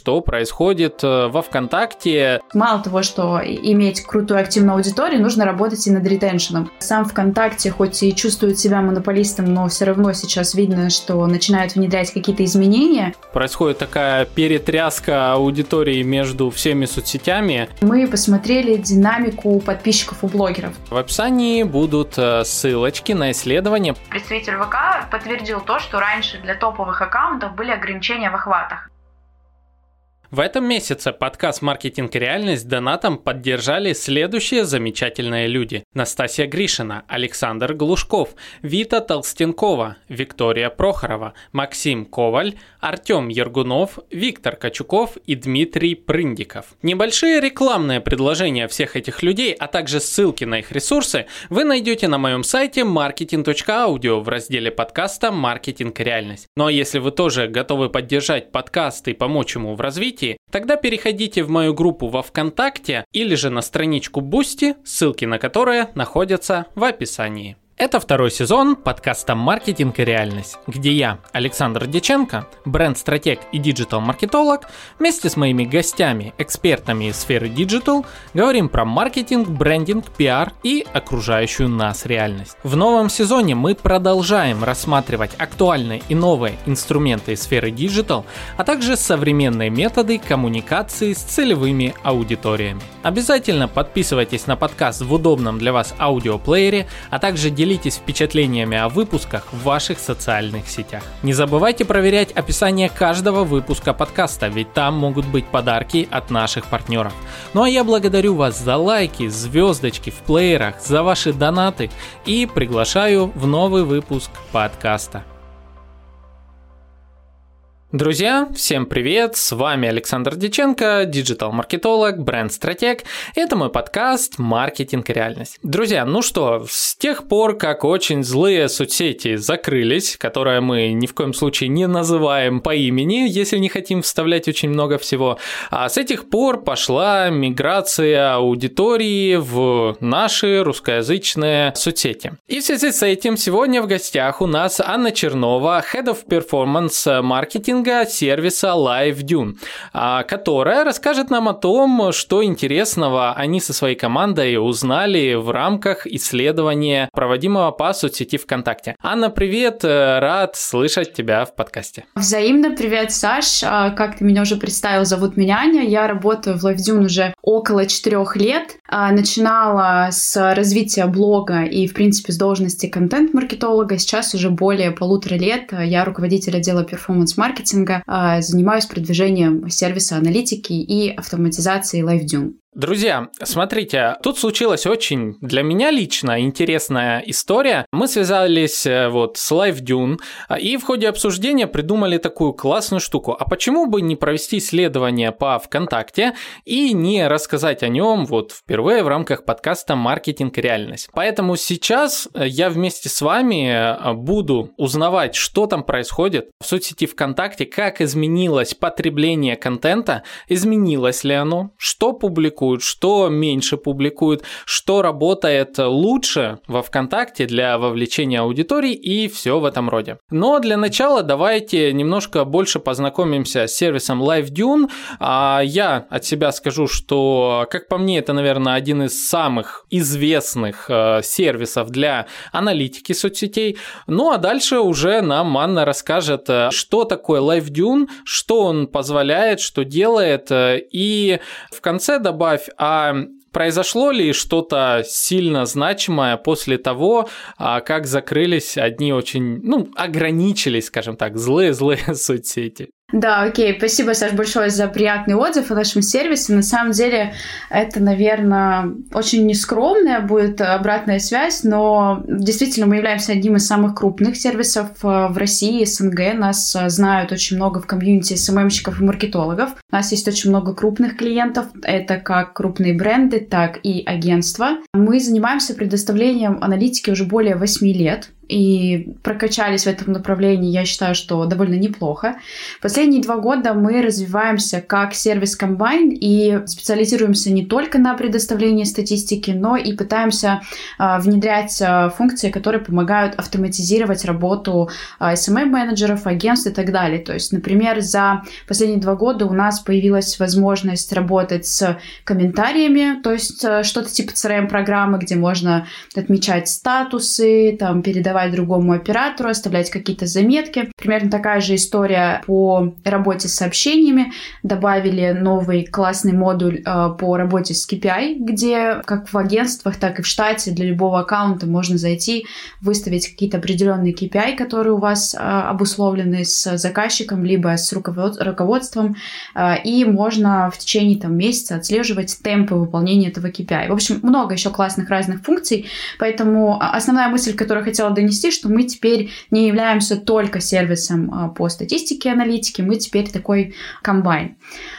что происходит во ВКонтакте. Мало того, что иметь крутую активную аудиторию, нужно работать и над ретеншеном. Сам ВКонтакте хоть и чувствует себя монополистом, но все равно сейчас видно, что начинают внедрять какие-то изменения. Происходит такая перетряска аудитории между всеми соцсетями. Мы посмотрели динамику подписчиков у блогеров. В описании будут ссылочки на исследования. Представитель ВК подтвердил то, что раньше для топовых аккаунтов были ограничения в охватах. В этом месяце подкаст «Маркетинг и реальность» донатом поддержали следующие замечательные люди: Настасья Гришина, Александр Глушков, Вита Толстенкова, Виктория Прохорова, Максим Коваль, Артем Ергунов, Виктор Качуков и Дмитрий Прындиков. Небольшие рекламные предложения всех этих людей, а также ссылки на их ресурсы вы найдете на моем сайте marketing.audio в разделе подкаста «Маркетинг и реальность». Ну а если вы тоже готовы поддержать подкаст и помочь ему в развитии, тогда переходите в мою группу во ВКонтакте или же на страничку Boosty, ссылки на которые находятся в описании. Это второй сезон подкаста «Маркетинг и реальность», где я, Александр Дьяченко, бренд-стратег и диджитал-маркетолог, вместе с моими гостями, экспертами из сферы диджитал, говорим про маркетинг, брендинг, пиар и окружающую нас реальность. В новом сезоне мы продолжаем рассматривать актуальные и новые инструменты из сферы диджитал, а также современные методы коммуникации с целевыми аудиториями. Обязательно подписывайтесь на подкаст в удобном для вас аудиоплеере, а также делитесь впечатлениями о выпусках в ваших социальных сетях. Не забывайте проверять описание каждого выпуска подкаста, ведь там могут быть подарки от наших партнеров. Ну а я благодарю вас за лайки, звездочки в плеерах, за ваши донаты и приглашаю в новый выпуск подкаста. Друзья, всем привет, с вами Александр Дьяченко, диджитал-маркетолог, бренд-стратег. Это мой подкаст «Маркетинг и реальность». Друзья, ну что, с тех пор, как очень злые соцсети закрылись, которые мы ни в коем случае не называем по имени, если не хотим вставлять очень много всего, а с этих пор пошла миграция аудитории в наши русскоязычные соцсети. И в связи с этим сегодня в гостях у нас Анна Чернова, Head of Performance Marketing сервиса LiveDune, которая расскажет нам о том, что интересного они со своей командой узнали в рамках исследования, проводимого по соцсети ВКонтакте. Анна, привет, рад слышать тебя в подкасте. Взаимно, привет, Саш. Как ты меня уже представил, зовут меня Аня. Я работаю в LiveDune уже около 4 лет. Начинала с развития блога и, в принципе, с должности контент-маркетолога. Сейчас уже более 1,5 лет я руководитель отдела перформанс-маркетинга, занимаюсь продвижением сервиса аналитики и автоматизации LiveDune. Друзья, смотрите, тут случилась очень для меня лично интересная история. Мы связались с LiveDune и в ходе обсуждения придумали такую классную штуку. А почему бы не провести исследование по ВКонтакте и не рассказать о нем впервые в рамках подкаста «Маркетинг и реальность». Поэтому сейчас я вместе с вами буду узнавать, что там происходит в соцсети ВКонтакте, как изменилось потребление контента, изменилось ли оно, что публикуют, что меньше публикуют, что работает лучше во ВКонтакте для вовлечения аудитории и все в этом роде. Но для начала давайте немножко больше познакомимся с сервисом LiveDune. Я от себя скажу, что, как по мне, это, наверное, один из самых известных сервисов для аналитики соцсетей. Ну а дальше уже нам Анна расскажет, что такое LiveDune, что он позволяет, что делает, и в конце добавь, а произошло ли что-то сильно значимое после того, как закрылись одни очень, ограничились, скажем так, злые соцсети? Да, окей. Спасибо, Саш, большое за приятный отзыв о нашем сервисе. На самом деле, это, наверное, очень нескромная будет обратная связь, но действительно мы являемся одним из самых крупных сервисов в России, СНГ. Нас знают очень много в комьюнити СММщиков и маркетологов. У нас есть очень много крупных клиентов. Это как крупные бренды, так и агентства. Мы занимаемся предоставлением аналитики уже более 8 лет. и прокачались в этом направлении, я считаю, что довольно неплохо. Последние 2 года мы развиваемся как сервис-комбайн и специализируемся не только на предоставлении статистики, но и пытаемся внедрять функции, которые помогают автоматизировать работу SMM-менеджеров, агентств и так далее. То есть, например, за последние 2 года у нас появилась возможность работать с комментариями, то есть что-то типа CRM-программы, где можно отмечать статусы, там, передавать другому оператору, оставлять какие-то заметки. Примерно такая же история по работе с сообщениями. Добавили новый классный модуль по работе с KPI, где как в агентствах, так и в штате для любого аккаунта можно зайти, выставить какие-то определенные KPI, которые у вас обусловлены с заказчиком, либо с руководством, и можно в течение месяца отслеживать темпы выполнения этого KPI. В общем, много еще классных разных функций, поэтому основная мысль, которую я хотела донести, что мы теперь не являемся только сервисом по статистике и аналитике, мы теперь такой комбайн.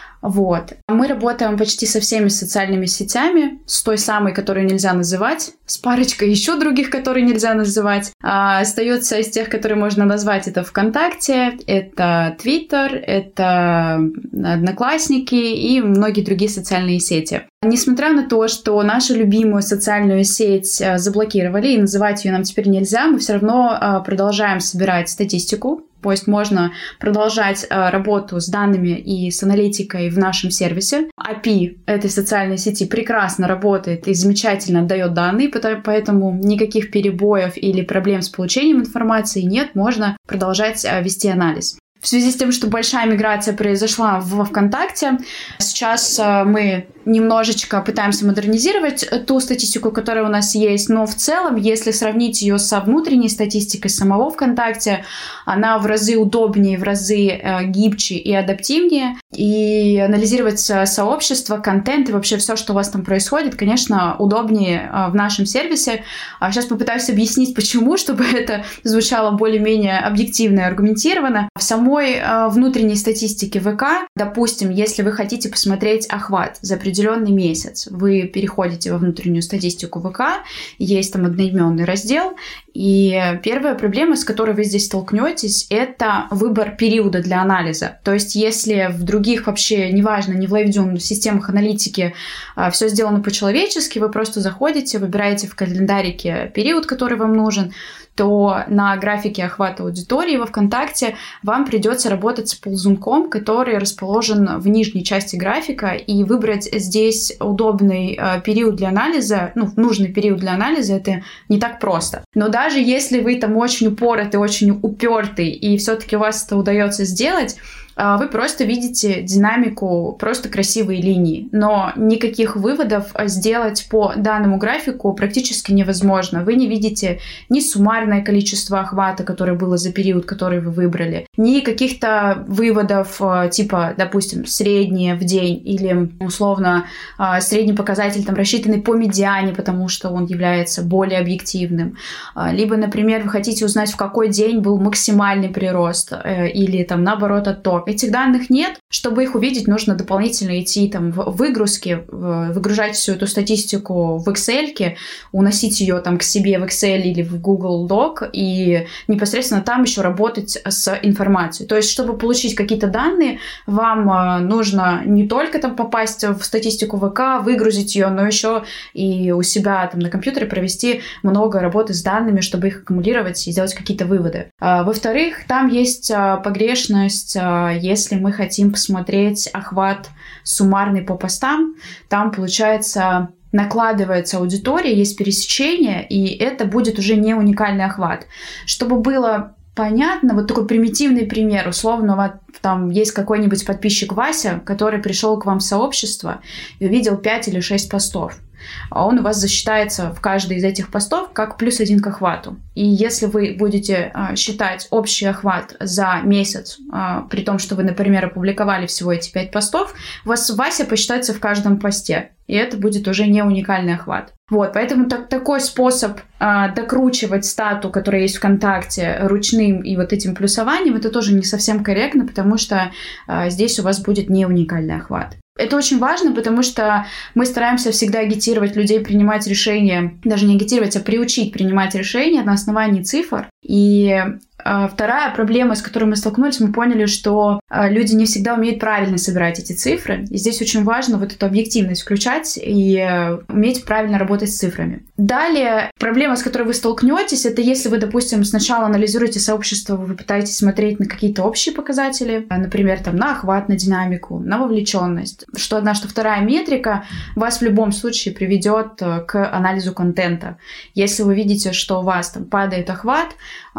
Вот. Мы работаем почти со всеми социальными сетями, с той самой, которую нельзя называть, с парочкой еще других, которые нельзя называть. Остается из тех, которые можно назвать, это ВКонтакте, это Твиттер, это Одноклассники и многие другие социальные сети. Несмотря на то, что нашу любимую социальную сеть заблокировали и называть ее нам теперь нельзя, мы все равно продолжаем собирать статистику. То есть можно продолжать работу с данными и с аналитикой в нашем сервисе. API этой социальной сети прекрасно работает и замечательно отдает данные, поэтому никаких перебоев или проблем с получением информации нет, можно продолжать вести анализ. В связи с тем, что большая миграция произошла во ВКонтакте, сейчас мы немножечко пытаемся модернизировать ту статистику, которая у нас есть, но в целом, если сравнить ее со внутренней статистикой самого ВКонтакте, она в разы удобнее, в разы гибче и адаптивнее. И анализировать сообщество, контент и вообще все, что у вас там происходит, конечно, удобнее в нашем сервисе. Сейчас попытаюсь объяснить, почему, чтобы это звучало более-менее объективно и аргументированно. В самой внутренней статистике ВК, допустим, если вы хотите посмотреть охват за определенный месяц, вы переходите во внутреннюю статистику ВК, есть там одноименный раздел, и первая проблема, с которой вы здесь столкнетесь, это выбор периода для анализа. То есть, если в других вообще, неважно, не в LiveDune, в системах аналитики все сделано по-человечески, вы просто заходите, выбираете в календарике период, который вам нужен, то на графике охвата аудитории во ВКонтакте вам придется работать с ползунком, который расположен в нижней части графика, и выбрать здесь удобный период для анализа, нужный период для анализа, это не так просто. Но даже если вы там очень упоротый, очень упертый, и все-таки у вас это удается сделать, вы просто видите динамику, просто красивые линии. Но никаких выводов сделать по данному графику практически невозможно. Вы не видите ни суммарное количество охвата, которое было за период, который вы выбрали, ни каких-то выводов типа, допустим, среднее в день или условно средний показатель там рассчитанный по медиане, потому что он является более объективным. Либо, например, вы хотите узнать, в какой день был максимальный прирост или там наоборот отток. Этих данных нет. Чтобы их увидеть, нужно дополнительно идти там в выгрузки, выгружать всю эту статистику в Excel, уносить ее там к себе в Excel или в Google Doc и непосредственно там еще работать с информацией. То есть, чтобы получить какие-то данные, вам нужно не только там попасть в статистику ВК, выгрузить ее, но еще и у себя там на компьютере провести много работы с данными, чтобы их аккумулировать и сделать какие-то выводы. Во-вторых, там есть погрешность. Если мы хотим посмотреть охват суммарный по постам, там, получается, накладывается аудитория, есть пересечение, и это будет уже не уникальный охват. Чтобы было понятно, вот такой примитивный пример. Условно, вот там есть какой-нибудь подписчик Вася, который пришел к вам в сообщество и увидел 5 или 6 постов. А он у вас засчитается в каждый из этих постов как +1 к охвату. И если вы будете считать общий охват за месяц, при том, что вы, например, опубликовали всего эти 5 постов, у вас Вася посчитается в каждом посте. И это будет уже не уникальный охват. Вот, поэтому такой способ докручивать стату, которая есть ВКонтакте, ручным и вот этим плюсованием, это тоже не совсем корректно, потому что здесь у вас будет не уникальный охват. Это очень важно, потому что мы стараемся всегда агитировать людей принимать решения, даже не агитировать, а приучить принимать решения на основании цифр. И вторая проблема, с которой мы столкнулись, мы поняли, что люди не всегда умеют правильно собирать эти цифры. И здесь очень важно вот эту объективность включать и уметь правильно работать с цифрами. Далее, проблема, с которой вы столкнетесь, это если вы, допустим, сначала анализируете сообщество, вы пытаетесь смотреть на какие-то общие показатели, например, там, на охват, на динамику, на вовлеченность. Что одна, что вторая метрика вас в любом случае приведет к анализу контента. Если вы видите, что у вас там падает охват,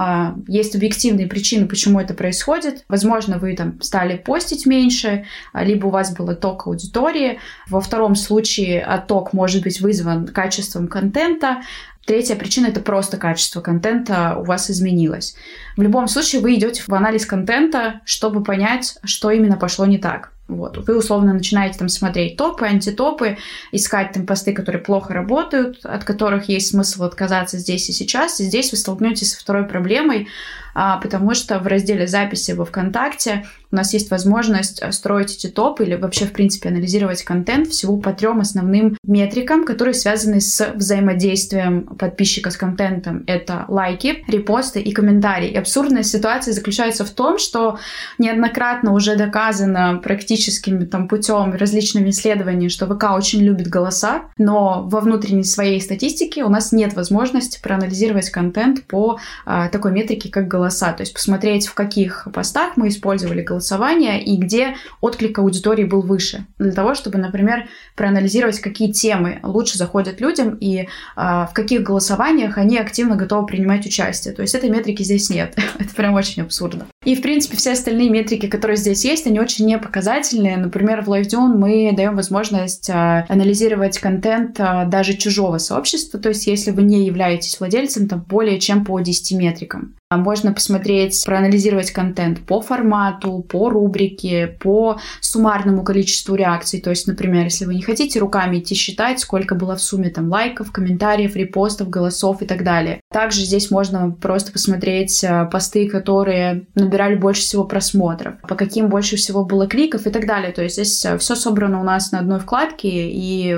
есть объективные причины, почему это происходит. Возможно, вы там стали постить меньше, либо у вас был отток аудитории. Во втором случае отток может быть вызван качеством контента. Третья причина – это просто качество контента у вас изменилось. В любом случае вы идете в анализ контента, чтобы понять, что именно пошло не так. Вот. Вы условно начинаете там смотреть топы, антитопы, искать там посты, которые плохо работают, от которых есть смысл отказаться здесь и сейчас. И здесь вы столкнетесь со второй проблемой, потому что в разделе записи во ВКонтакте у нас есть возможность строить эти топы или вообще, в принципе, анализировать контент всего по 3 основным метрикам, которые связаны с взаимодействием подписчика с контентом. Это лайки, репосты и комментарии. И абсурдная ситуация заключается в том, что неоднократно уже доказано практическим там путем различными исследованиями, что ВК очень любит голоса, но во внутренней своей статистике у нас нет возможности проанализировать контент по такой метрике, как голоса. То есть посмотреть, в каких постах мы использовали голосование и где отклик аудитории был выше. Для того, чтобы, например, проанализировать, какие темы лучше заходят людям и в каких голосованиях они активно готовы принимать участие. То есть этой метрики здесь нет. Это прям очень абсурдно. И, в принципе, все остальные метрики, которые здесь есть, они очень непоказательные. Например, в LiveDune мы даем возможность анализировать контент даже чужого сообщества. То есть если вы не являетесь владельцем, там более чем по 10 метрикам. Можно посмотреть, проанализировать контент по формату, по рубрике, по суммарному количеству реакций. То есть, например, если вы не хотите руками идти считать, сколько было в сумме там лайков, комментариев, репостов, голосов и так далее. Также здесь можно просто посмотреть посты, которые набирали больше всего просмотров, по каким больше всего было кликов и так далее. То есть здесь все собрано у нас на одной вкладке, и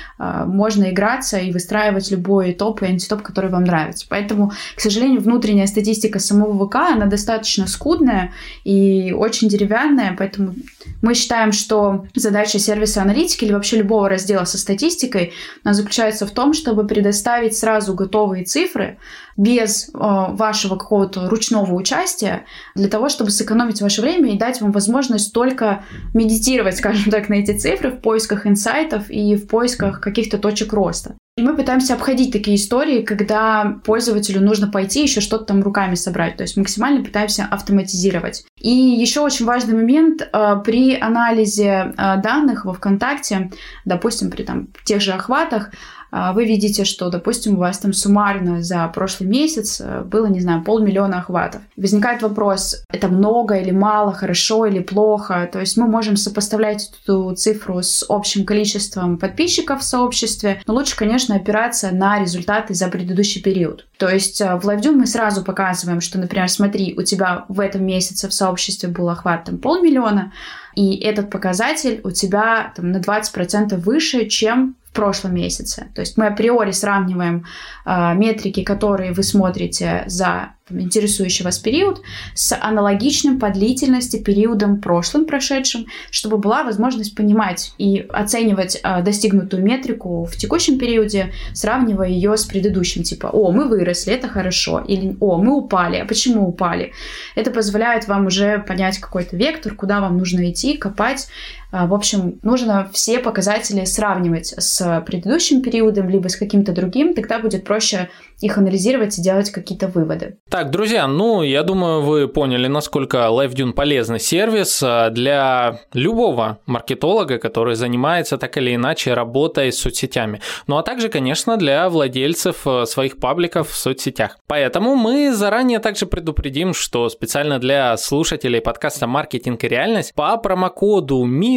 можно играться и выстраивать любой топ и антитоп, который вам нравится. Поэтому, к сожалению, внутренняя статистика самого ВК, она достаточно скудная и очень деревянная, поэтому мы считаем, что задача сервиса аналитики или вообще любого раздела со статистикой, она заключается в том, чтобы предоставить сразу готовые цифры без вашего какого-то ручного участия, для того, чтобы сэкономить ваше время и дать вам возможность только медитировать, скажем так, на эти цифры в поисках инсайтов и в поисках каких-то точек роста. И мы пытаемся обходить такие истории, когда пользователю нужно пойти еще что-то там руками собрать. То есть максимально пытаемся автоматизировать. И еще очень важный момент при анализе данных во ВКонтакте, допустим, при там тех же охватах, вы видите, что, допустим, у вас там суммарно за прошлый месяц было, не знаю, 500 000 охватов. Возникает вопрос, это много или мало, хорошо или плохо. То есть мы можем сопоставлять эту цифру с общим количеством подписчиков в сообществе, но лучше, конечно, опираться на результаты за предыдущий период. То есть в LiveDune мы сразу показываем, что, например, смотри, у тебя в этом месяце в сообществе был охват там 500 000, и этот показатель у тебя там на 20% выше, чем в прошлом месяце. То есть мы априори сравниваем метрики, которые вы смотрите за интересующий вас период, с аналогичным по длительности периодом прошлым, прошедшим, чтобы была возможность понимать и оценивать достигнутую метрику в текущем периоде, сравнивая ее с предыдущим. Типа, о, мы выросли, это хорошо. Или, о, мы упали, а почему упали? Это позволяет вам уже понять какой-то вектор, куда вам нужно идти, копать. В общем, нужно все показатели сравнивать с предыдущим периодом, либо с каким-то другим, тогда будет проще их анализировать и делать какие-то выводы. Так, друзья, я думаю, вы поняли, насколько LiveDune полезный сервис для любого маркетолога, который занимается так или иначе работой с соцсетями. Ну а также, конечно, для владельцев своих пабликов в соцсетях. Поэтому мы заранее также предупредим, что специально для слушателей подкаста «Маркетинг и реальность» по промокоду МИР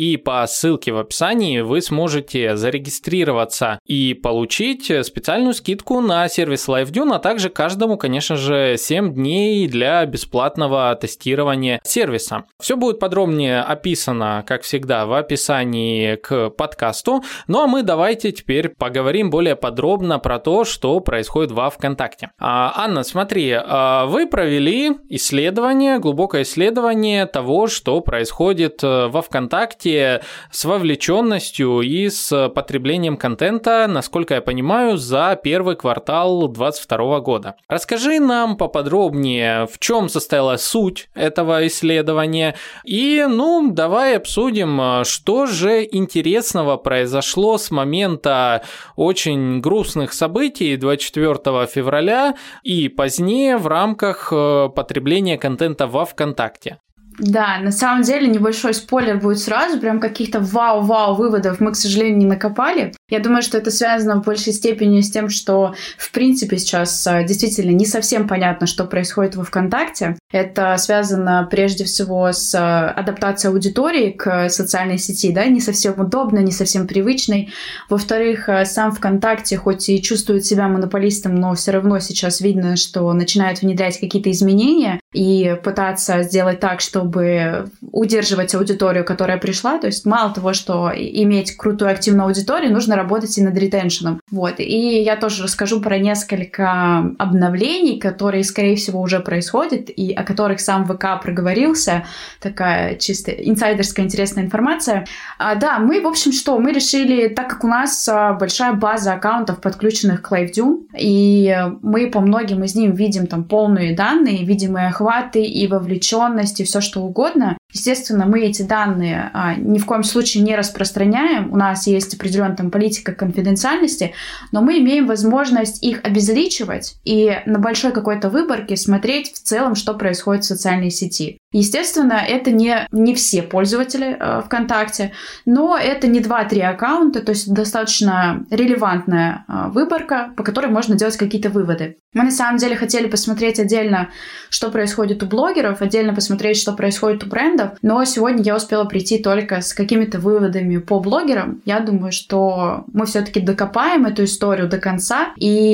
и по ссылке в описании вы сможете зарегистрироваться и получить специальную скидку на сервис LiveDune, а также каждому, конечно же, 7 дней для бесплатного тестирования сервиса. Все будет подробнее описано, как всегда, в описании к подкасту. Ну а мы давайте теперь поговорим более подробно про то, что происходит во ВКонтакте. Анна, смотри, вы провели исследование, глубокое исследование того, что происходит во ВКонтакте с вовлеченностью и с потреблением контента, насколько я понимаю, за первый квартал 2022 года. Расскажи нам поподробнее, в чем состояла суть этого исследования, и, давай обсудим, что же интересного произошло с момента очень грустных событий 24 февраля и позднее в рамках потребления контента во ВКонтакте. Да, на самом деле небольшой спойлер будет сразу, прям каких-то вау-вау выводов мы, к сожалению, не накопали. Я думаю, что это связано в большей степени с тем, что, в принципе, сейчас действительно не совсем понятно, что происходит во ВКонтакте. Это связано прежде всего с адаптацией аудитории к социальной сети, да, не совсем удобной, не совсем привычной. Во-вторых, сам ВКонтакте хоть и чувствует себя монополистом, но все равно сейчас видно, что начинает внедрять какие-то изменения и пытаться сделать так, чтобы удерживать аудиторию, которая пришла. То есть мало того, что иметь крутую активную аудиторию, нужно работать и над ретеншеном. Вот. И я тоже расскажу про несколько обновлений, которые, скорее всего, уже происходят, и о которых сам ВК проговорился. Такая чисто инсайдерская интересная информация. Да, мы решили, так как у нас большая база аккаунтов, подключенных к LiveDune, и мы по многим из них видим там полные данные, видим и охваты, и вовлеченность, и все что угодно. Естественно, мы эти данные ни в коем случае не распространяем. У нас есть определенная там политика конфиденциальности, но мы имеем возможность их обезличивать и на большой какой-то выборке смотреть в целом, что происходит в социальной сети. Естественно, это не все пользователи ВКонтакте, но это не 2-3 аккаунта, то есть достаточно релевантная выборка, по которой можно делать какие-то выводы. Мы на самом деле хотели посмотреть отдельно, что происходит у блогеров, отдельно посмотреть, что происходит у брендов, но сегодня я успела прийти только с какими-то выводами по блогерам. Я думаю, что мы все-таки докопаем эту историю до конца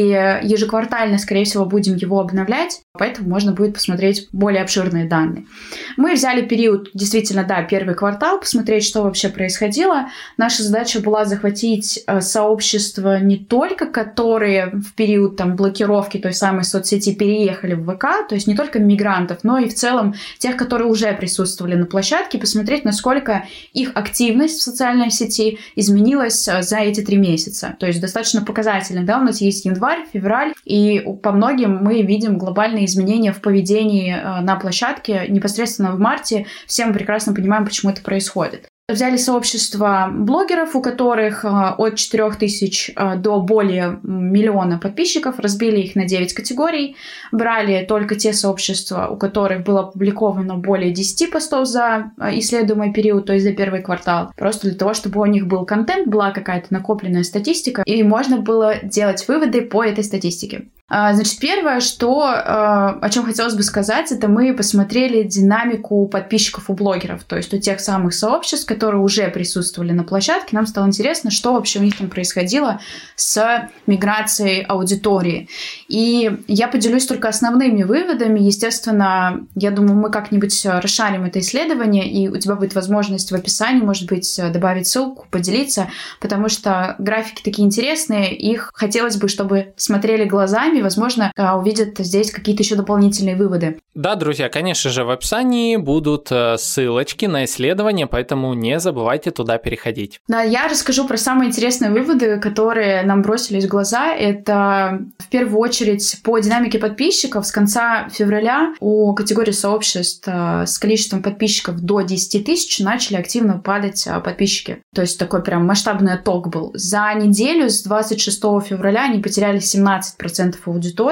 и ежеквартально, скорее всего, будем его обновлять, поэтому можно будет посмотреть более обширные данные. Мы взяли период, действительно, первый квартал, посмотреть, что вообще происходило. Наша задача была захватить сообщества не только, которые в период блокировки той самой соцсети переехали в ВК, то есть не только мигрантов, но и в целом тех, которые уже присутствовали на площадке, посмотреть, насколько их активность в социальной сети изменилась за эти 3 месяца. То есть достаточно показательно, да, у нас есть январь, февраль, и по многим мы видим глобальные изменения в поведении на площадке непосредственно в марте. Все мы прекрасно понимаем, почему это происходит. Взяли сообщество блогеров, у которых от 4000 до более 1 миллиона подписчиков, разбили их на 9 категорий, брали только те сообщества, у которых было опубликовано более 10 постов за исследуемый период, то есть за первый квартал, просто для того, чтобы у них был контент, была какая-то накопленная статистика, и можно было делать выводы по этой статистике. Значит, первое, о чем хотелось бы сказать, это мы посмотрели динамику подписчиков у блогеров, то есть у тех самых сообществ, которые уже присутствовали на площадке. Нам стало интересно, что вообще у них там происходило с миграцией аудитории. И я поделюсь только основными выводами. Естественно, я думаю, мы как-нибудь расшарим это исследование, и у тебя будет возможность в описании, может быть, добавить ссылку, поделиться, потому что графики такие интересные, их хотелось бы, чтобы смотрели глазами, возможно, увидят здесь какие-то еще дополнительные выводы. Да, друзья, конечно же, в описании будут ссылочки на исследования, поэтому не забывайте туда переходить. Да, я расскажу про самые интересные выводы, которые нам бросились в глаза. Это, в первую очередь, по динамике подписчиков. С конца февраля у категории сообществ с количеством подписчиков до 10 тысяч начали активно падать подписчики. То есть такой прям масштабный отток был. За неделю с 26 февраля они потеряли 17% аудитории.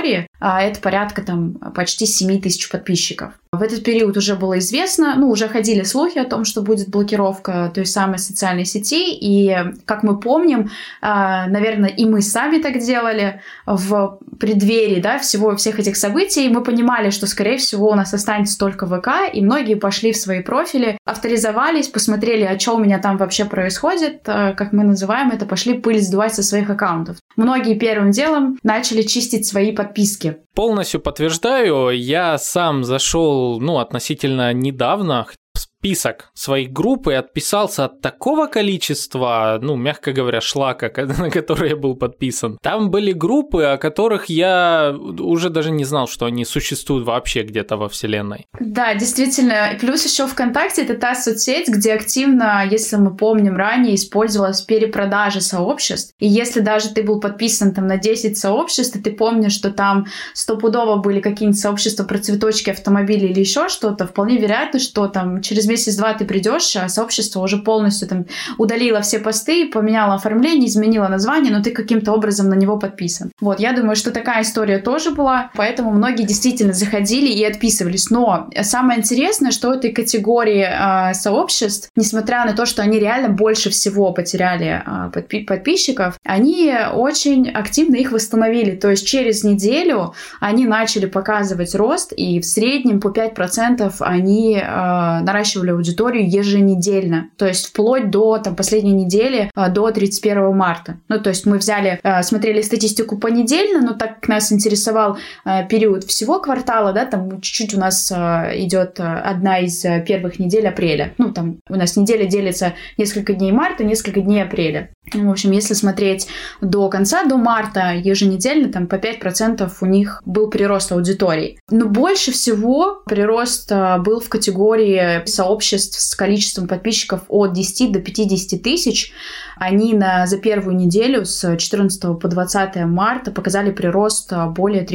это порядка там почти 7 тысяч подписчиков. В этот период уже было известно, уже ходили слухи о том, что будет блокировка той самой социальной сети, и, как мы помним, наверное, и мы сами так делали в преддверии, всех этих событий, мы понимали, что, скорее всего, у нас останется только ВК, и многие пошли в свои профили, авторизовались, посмотрели, а что у меня там вообще происходит, как мы называем это, пошли пыль сдувать со своих аккаунтов. Многие первым делом начали чистить свои подписки. Полностью подтверждаю, я сам зашел, относительно недавно в список своих групп и отписался от такого количества, мягко говоря, шлака, на который я был подписан. Там были группы, о которых я уже даже не знал, что они существуют вообще где-то во вселенной. Да, действительно. Плюс еще ВКонтакте это та соцсеть, где активно, если мы помним ранее, использовалась перепродажа сообществ. И если даже ты был подписан там на 10 сообществ, и ты помнишь, что там стопудово были какие-нибудь сообщества про цветочки, автомобили или еще что-то, вполне вероятно, что там через месяц-два ты придешь, а сообщество уже полностью там удалило все посты, поменяло оформление, изменило название, но ты каким-то образом на него подписан. Вот, я думаю, что такая история тоже была, поэтому многие действительно заходили и отписывались. Но самое интересное, что этой категории сообществ, несмотря на то, что они реально больше всего потеряли подписчиков, они очень активно их восстановили. То есть через неделю они начали показывать рост, и в среднем по 5% они наращивали аудиторию еженедельно. То есть вплоть до последней недели, до 31 марта. То есть мы смотрели статистику понедельно, но так как нас интересовал период всего квартала, там чуть-чуть у нас идет одна из первых недель апреля. Там у нас неделя делится несколько дней марта, несколько дней апреля. В общем, если смотреть до конца, до марта, еженедельно, по 5% у них был прирост аудитории. Но больше всего прирост был в категории сообществ с количеством подписчиков от 10 до 50 тысяч. Они за первую неделю с 14 по 20 марта показали прирост более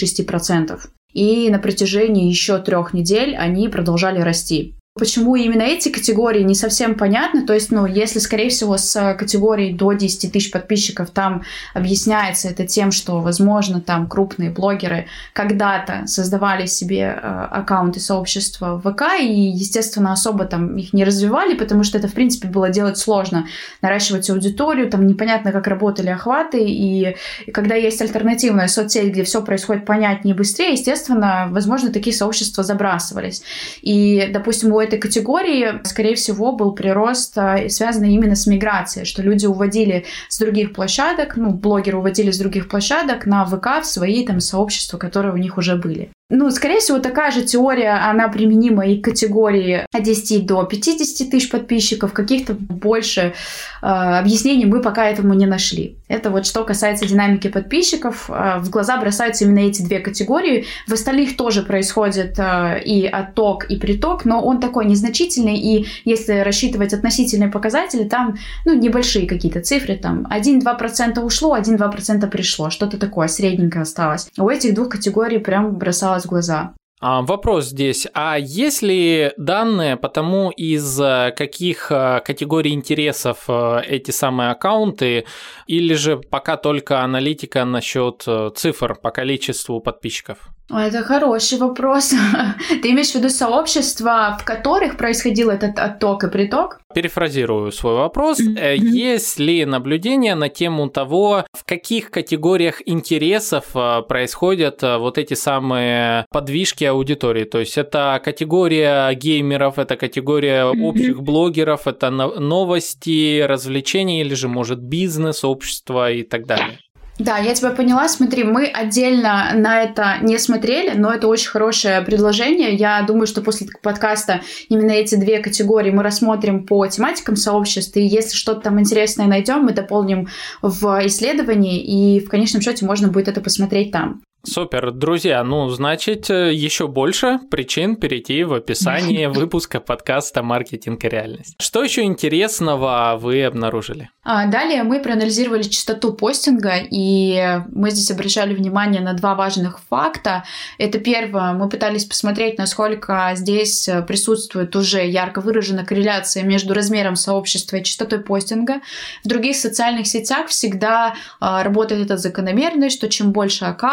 36%. И на протяжении еще 3 недель они продолжали расти. Почему именно эти категории, не совсем понятно. То есть, если, скорее всего, с категорией до 10 тысяч подписчиков там объясняется это тем, что, возможно, там крупные блогеры когда-то создавали себе аккаунты сообщества в ВК и, естественно, особо там их не развивали, потому что это, в принципе, было делать сложно. Наращивать аудиторию, там непонятно, как работали охваты, и когда есть альтернативная соцсеть, где все происходит понятнее и быстрее, естественно, возможно, такие сообщества забрасывались. И, допустим, у этой категории, скорее всего, был прирост, связанный именно с миграцией, что люди уводили с других площадок, блогеры уводили с других площадок на ВК в свои сообщества, которые у них уже были. Скорее всего, такая же теория, она применима и к категории от 10 до 50 тысяч подписчиков. Каких-то больше объяснений мы пока этому не нашли. Это что касается динамики подписчиков. В глаза бросаются именно эти две категории. В остальных тоже происходит и отток, и приток, но он такой незначительный, и если рассчитывать относительные показатели, там небольшие какие-то цифры, там 1-2% ушло, 1-2% пришло, что-то такое средненькое осталось. У этих двух категорий прям бросалось в глаза. Вопрос здесь. А есть ли данные по тому, из каких категорий интересов эти самые аккаунты, или же пока только аналитика насчет цифр по количеству подписчиков? Это хороший вопрос. Ты имеешь в виду сообщества, в которых происходил этот отток и приток? Перефразирую свой вопрос. Есть ли наблюдение на тему того, в каких категориях интересов происходят вот эти самые подвижки аудитории? То есть это категория геймеров, это категория общих блогеров, это новости, развлечения или же, может, бизнес, общество и так далее? Да, я тебя поняла. Смотри, мы отдельно на это не смотрели, но это очень хорошее предложение. Я думаю, что после подкаста именно эти две категории мы рассмотрим по тематикам сообществ, и если что-то там интересное найдем, мы дополним в исследовании, и в конечном счете можно будет это посмотреть там. Супер, друзья, значит, еще больше причин перейти в описание выпуска подкаста «Маркетинг и реальность». Что еще интересного вы обнаружили? Далее мы проанализировали частоту постинга, и мы здесь обращали внимание на 2 важных факта. Это первое, мы пытались посмотреть, насколько здесь присутствует уже ярко выраженная корреляция между размером сообщества и частотой постинга. В других социальных сетях всегда работает эта закономерность, что чем больше аккаунт, сообщество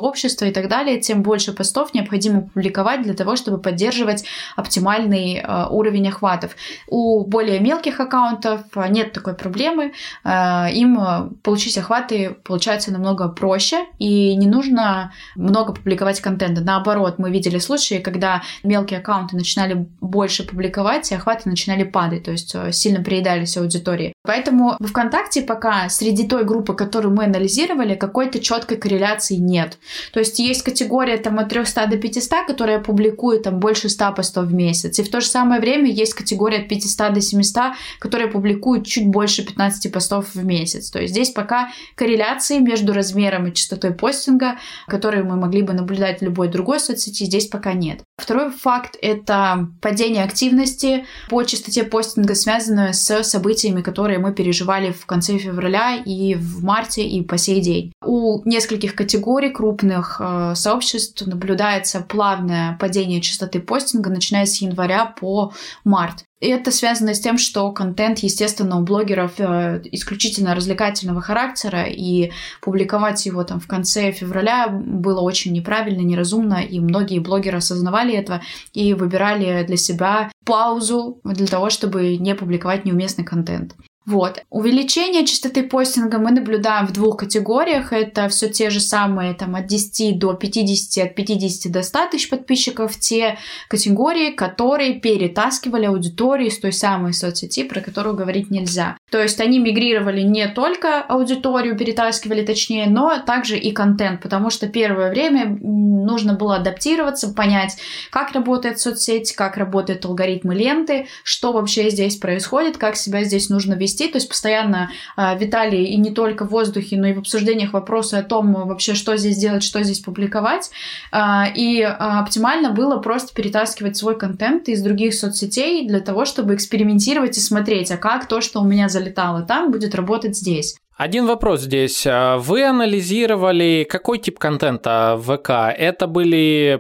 сообщества и так далее, тем больше постов необходимо публиковать для того, чтобы поддерживать оптимальный уровень охватов. У более мелких аккаунтов нет такой проблемы, им получить охваты получается намного проще, и не нужно много публиковать контента. Наоборот, мы видели случаи, когда мелкие аккаунты начинали больше публиковать, и охваты начинали падать, то есть сильно приедались аудитории. Поэтому в ВКонтакте пока среди той группы, которую мы анализировали, какой-то четкой корреляции нет. То есть есть категория там от 300 до 500, которая публикует там больше 100 постов в месяц, и в то же самое время есть категория от 500 до 700, которая публикует чуть больше 15 постов в месяц. То есть здесь пока корреляции между размером и частотой постинга, которые мы могли бы наблюдать в любой другой соцсети, здесь пока нет. Второй факт — это падение активности по частоте постинга, связанное с событиями, которые мы переживали в конце февраля и в марте и по сей день. У нескольких категорий крупных сообществ наблюдается плавное падение частоты постинга, начиная с января по март. И это связано с тем, что контент, естественно, у блогеров исключительно развлекательного характера, и публиковать его там в конце февраля было очень неправильно, неразумно, и многие блогеры осознавали это и выбирали для себя паузу для того, чтобы не публиковать неуместный контент. Вот. Увеличение частоты постинга мы наблюдаем в двух категориях. Это все те же самые там, от 10 до 50, от 50 до 100 тысяч подписчиков. Те категории, которые перетаскивали аудиторию из той самой соцсети, про которую говорить нельзя. То есть они мигрировали не только аудиторию, перетаскивали точнее, но также и контент, потому что первое время нужно было адаптироваться, понять, как работает соцсеть, как работают алгоритмы ленты, что вообще здесь происходит, как себя здесь нужно вести. То есть постоянно витали и не только в воздухе, но и в обсуждениях вопросы о том вообще, что здесь делать, что здесь публиковать. И оптимально было просто перетаскивать свой контент из других соцсетей для того, чтобы экспериментировать и смотреть, а как то, что у меня залетало там, будет работать здесь. Один вопрос здесь. Вы анализировали какой тип контента в ВК? Это были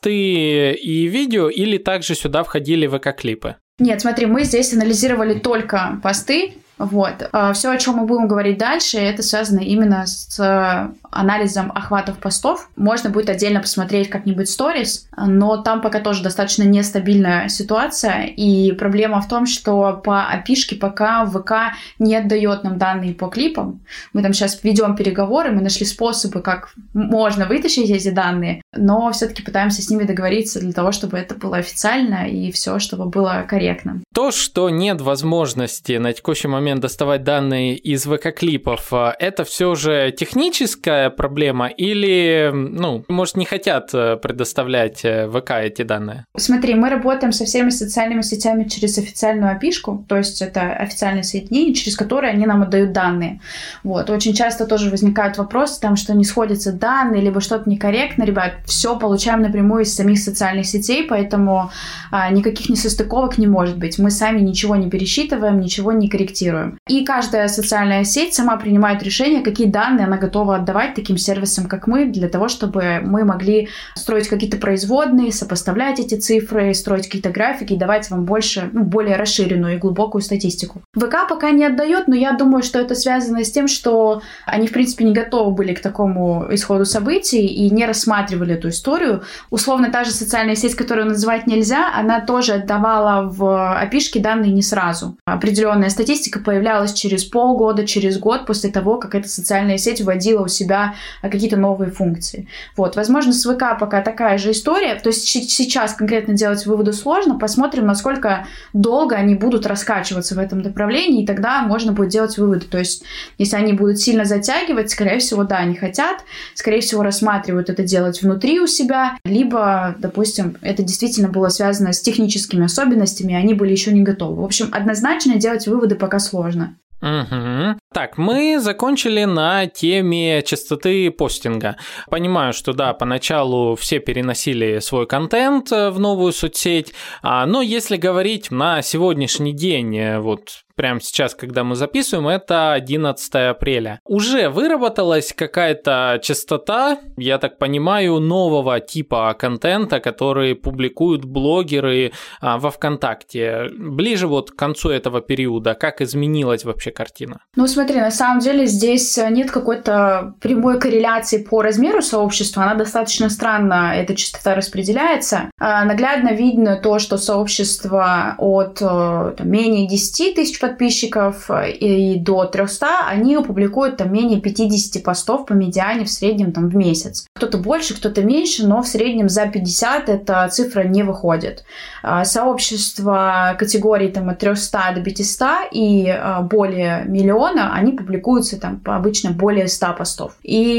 посты и видео или также сюда входили ВК-клипы? Нет, смотри, мы здесь анализировали только посты. Вот. Все, о чем мы будем говорить дальше, это связано именно с анализом охватов постов. Можно будет отдельно посмотреть как-нибудь сторис, но там пока тоже достаточно нестабильная ситуация. И проблема в том, что по API-шке пока ВК не отдает нам данные по клипам. Мы там сейчас ведем переговоры, мы нашли способы, как можно вытащить эти данные, но все-таки пытаемся с ними договориться для того, чтобы это было официально и все, чтобы было корректно. То, что нет возможности на текущий момент доставать данные из ВК-клипов, это все же техническая проблема или, может, не хотят предоставлять ВК эти данные? Смотри, мы работаем со всеми социальными сетями через официальную API-шку, то есть это официальное соединение, через которое они нам отдают данные. Вот. Очень часто тоже возникают вопросы, там, что не сходятся данные, либо что-то некорректно. Ребят, все получаем напрямую из самих социальных сетей, поэтому никаких несостыковок не может быть. Мы сами ничего не пересчитываем, ничего не корректируем. И каждая социальная сеть сама принимает решение, какие данные она готова отдавать таким сервисам, как мы, для того, чтобы мы могли строить какие-то производные, сопоставлять эти цифры, строить какие-то графики и давать вам более расширенную и глубокую статистику. ВК пока не отдает, но я думаю, что это связано с тем, что они, в принципе, не готовы были к такому исходу событий и не рассматривали эту историю. Условно, та же социальная сеть, которую называть нельзя, она тоже отдавала в API-шке данные не сразу. Определенная статистика появлялась через полгода, через год после того, как эта социальная сеть вводила у себя какие-то новые функции. Вот. Возможно, с ВК пока такая же история. То есть сейчас конкретно делать выводы сложно. Посмотрим, насколько долго они будут раскачиваться в этом направлении, и тогда можно будет делать выводы. То есть если они будут сильно затягивать, скорее всего, да, они хотят, скорее всего, рассматривают это делать внутри у себя, либо, допустим, это действительно было связано с техническими особенностями, и они были еще не готовы. В общем, однозначно делать выводы пока сложно. Угу. Так, мы закончили на теме частоты постинга. Понимаю, что да, поначалу все переносили свой контент в новую соцсеть, но если говорить на сегодняшний день, прямо сейчас, когда мы записываем, это 11 апреля. Уже выработалась какая-то частота, я так понимаю, нового типа контента, который публикуют блогеры во ВКонтакте. Ближе вот к концу этого периода, как изменилась вообще картина? Ну, смотри, на самом деле здесь нет какой-то прямой корреляции по размеру сообщества, она достаточно странно, эта частота распределяется. Наглядно видно то, что сообщество от менее 10 тысяч подписчиков и до 300, они публикуют менее 50 постов по медиане в среднем в месяц. Кто-то больше, кто-то меньше, но в среднем за 50 эта цифра не выходит. Сообщества категорий от 300 до 500 и более миллиона, они публикуются обычно более 100 постов.